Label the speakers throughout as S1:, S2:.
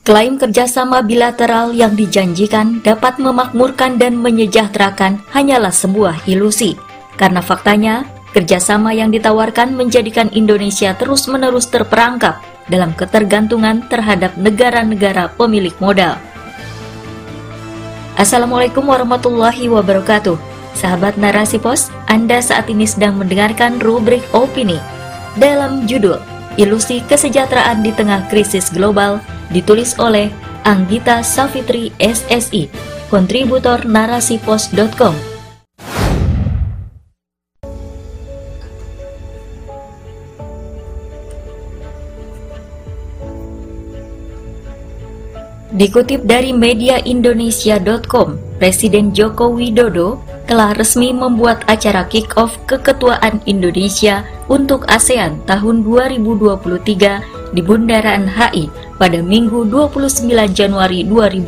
S1: Klaim kerjasama bilateral yang dijanjikan dapat memakmurkan dan menyejahterakan hanyalah sebuah ilusi, karena faktanya kerjasama yang ditawarkan menjadikan Indonesia terus-menerus terperangkap dalam ketergantungan terhadap negara-negara pemilik modal. Assalamualaikum warahmatullahi wabarakatuh. Sahabat Narasi Pos, Anda saat ini sedang mendengarkan rubrik opini dalam judul Ilusi Kesejahteraan di Tengah Krisis Global, ditulis oleh Anggita Safitri SSI, kontributor narasipos.com. Dikutip dari mediaindonesia.com, Presiden Joko Widodo telah resmi membuat acara kick-off keketuaan Indonesia untuk ASEAN tahun 2023 di Bundaran HI pada Minggu 29 Januari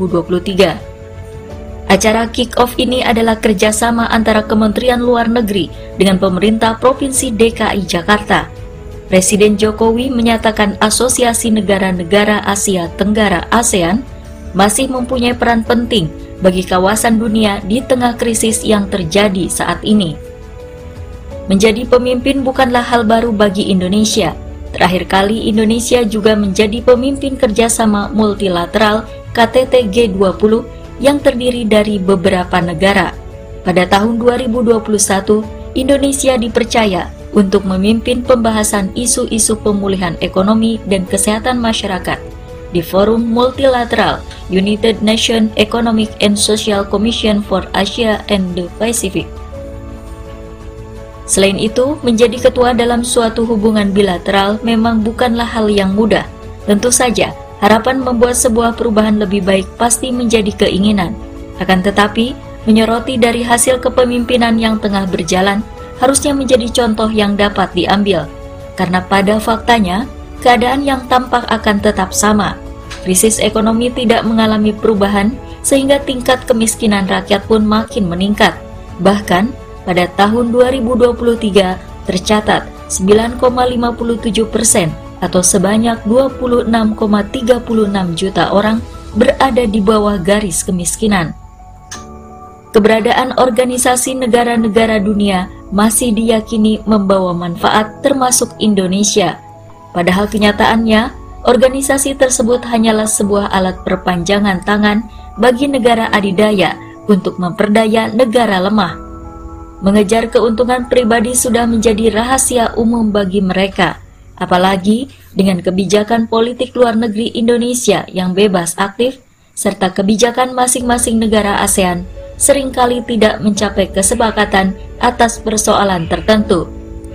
S1: 2023. Acara kick-off ini adalah kerjasama antara Kementerian Luar Negeri dengan pemerintah Provinsi DKI Jakarta. Presiden Jokowi menyatakan Asosiasi Negara-Negara Asia Tenggara ASEAN masih mempunyai peran penting bagi kawasan dunia di tengah krisis yang terjadi saat ini. Menjadi pemimpin bukanlah hal baru bagi Indonesia. Terakhir kali Indonesia juga menjadi pemimpin kerjasama multilateral KTT G20 yang terdiri dari beberapa negara. Pada tahun 2021, Indonesia dipercaya untuk memimpin pembahasan isu-isu pemulihan ekonomi dan kesehatan masyarakat di Forum Multilateral United Nations Economic and Social Commission for Asia and the Pacific. Selain itu, menjadi ketua dalam suatu hubungan bilateral memang bukanlah hal yang mudah. Tentu saja, harapan membuat sebuah perubahan lebih baik pasti menjadi keinginan. Akan tetapi, menyoroti dari hasil kepemimpinan yang tengah berjalan harusnya menjadi contoh yang dapat diambil. Karena pada faktanya, keadaan yang tampak akan tetap sama. Krisis ekonomi tidak mengalami perubahan sehingga tingkat kemiskinan rakyat pun makin meningkat. Bahkan, pada tahun 2023 tercatat 9,57% atau sebanyak 26,36 juta orang berada di bawah garis kemiskinan. Keberadaan organisasi negara-negara dunia masih diyakini membawa manfaat termasuk Indonesia. Padahal kenyataannya, organisasi tersebut hanyalah sebuah alat perpanjangan tangan bagi negara adidaya untuk memperdaya negara lemah. Mengejar keuntungan pribadi sudah menjadi rahasia umum bagi mereka, apalagi dengan kebijakan politik luar negeri Indonesia yang bebas aktif, serta kebijakan masing-masing negara ASEAN seringkali tidak mencapai kesepakatan atas persoalan tertentu.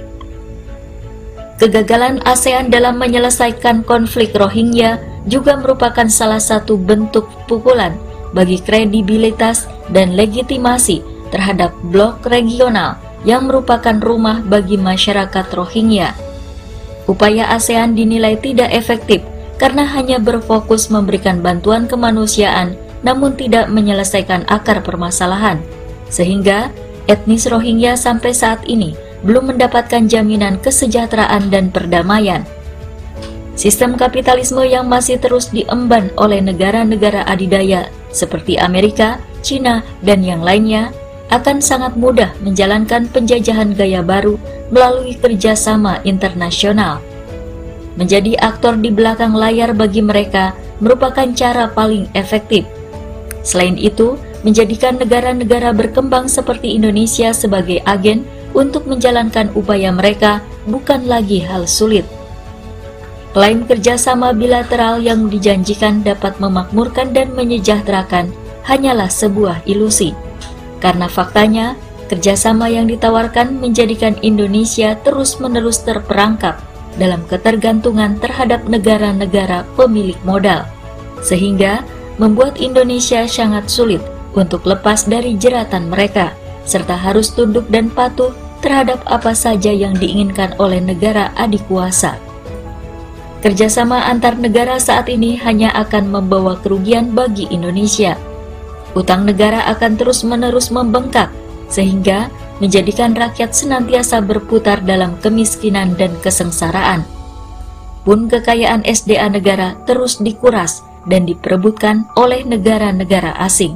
S1: Kegagalan ASEAN dalam menyelesaikan konflik Rohingya juga merupakan salah satu bentuk pukulan bagi kredibilitas dan legitimasi terhadap blok regional yang merupakan rumah bagi masyarakat Rohingya. Upaya ASEAN dinilai tidak efektif karena hanya berfokus memberikan bantuan kemanusiaan namun tidak menyelesaikan akar permasalahan, sehingga etnis Rohingya sampai saat ini belum mendapatkan jaminan kesejahteraan dan perdamaian. Sistem kapitalisme yang masih terus diemban oleh negara-negara adidaya seperti Amerika, China, dan yang lainnya akan sangat mudah menjalankan penjajahan gaya baru melalui kerjasama internasional. Menjadi aktor di belakang layar bagi mereka merupakan cara paling efektif. Selain itu, menjadikan negara-negara berkembang seperti Indonesia sebagai agen untuk menjalankan upaya mereka bukan lagi hal sulit. Klaim kerjasama bilateral yang dijanjikan dapat memakmurkan dan menyejahterakan hanyalah sebuah ilusi. Karena faktanya, kerjasama yang ditawarkan menjadikan Indonesia terus-menerus terperangkap dalam ketergantungan terhadap negara-negara pemilik modal, sehingga membuat Indonesia sangat sulit untuk lepas dari jeratan mereka, serta harus tunduk dan patuh terhadap apa saja yang diinginkan oleh negara adik kuasa. Kerjasama antar negara saat ini hanya akan membawa kerugian bagi Indonesia. Utang negara akan terus-menerus membengkak, sehingga menjadikan rakyat senantiasa berputar dalam kemiskinan dan kesengsaraan. Pun kekayaan SDA negara terus dikuras dan diperebutkan oleh negara-negara asing.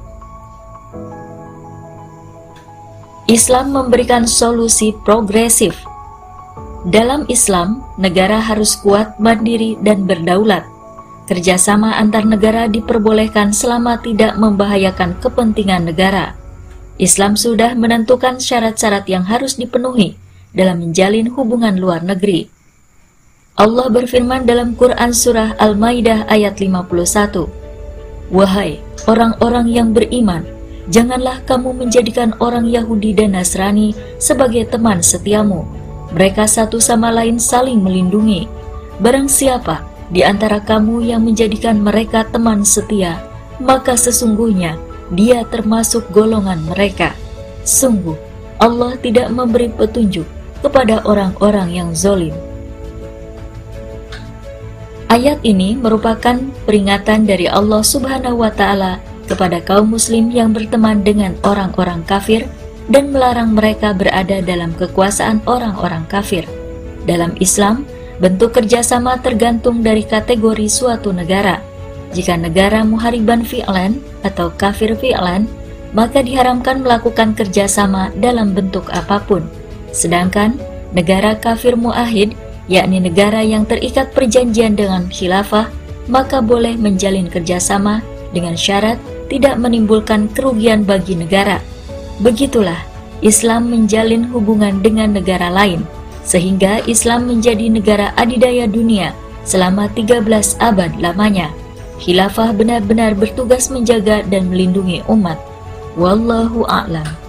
S1: Islam memberikan solusi progresif. Dalam Islam, negara harus kuat, mandiri, dan berdaulat. Kerjasama antar negara diperbolehkan selama tidak membahayakan kepentingan negara. Islam sudah menentukan syarat-syarat yang harus dipenuhi dalam menjalin hubungan luar negeri. Allah berfirman dalam Quran Surah Al-Maidah ayat 51, "Wahai orang-orang yang beriman, janganlah kamu menjadikan orang Yahudi dan Nasrani sebagai teman setiamu. Mereka satu sama lain saling melindungi. Barang siapa di antara kamu yang menjadikan mereka teman setia, maka sesungguhnya dia termasuk golongan mereka. Sungguh, Allah tidak memberi petunjuk kepada orang-orang yang zalim." Ayat ini merupakan peringatan dari Allah Subhanahu wa Ta'ala kepada kaum muslim yang berteman dengan orang-orang kafir dan melarang mereka berada dalam kekuasaan orang-orang kafir. Dalam Islam, bentuk kerjasama tergantung dari kategori suatu negara. Jika negara muhariban fi'lan atau kafir fi'lan, maka diharamkan melakukan kerjasama dalam bentuk apapun. Sedangkan negara kafir mu'ahid, yakni negara yang terikat perjanjian dengan khilafah, maka boleh menjalin kerjasama dengan syarat tidak menimbulkan kerugian bagi negara. Begitulah Islam menjalin hubungan dengan negara lain, sehingga Islam menjadi negara adidaya dunia selama 13 abad lamanya. Khilafah benar-benar bertugas menjaga dan melindungi umat. Wallahu a'lam.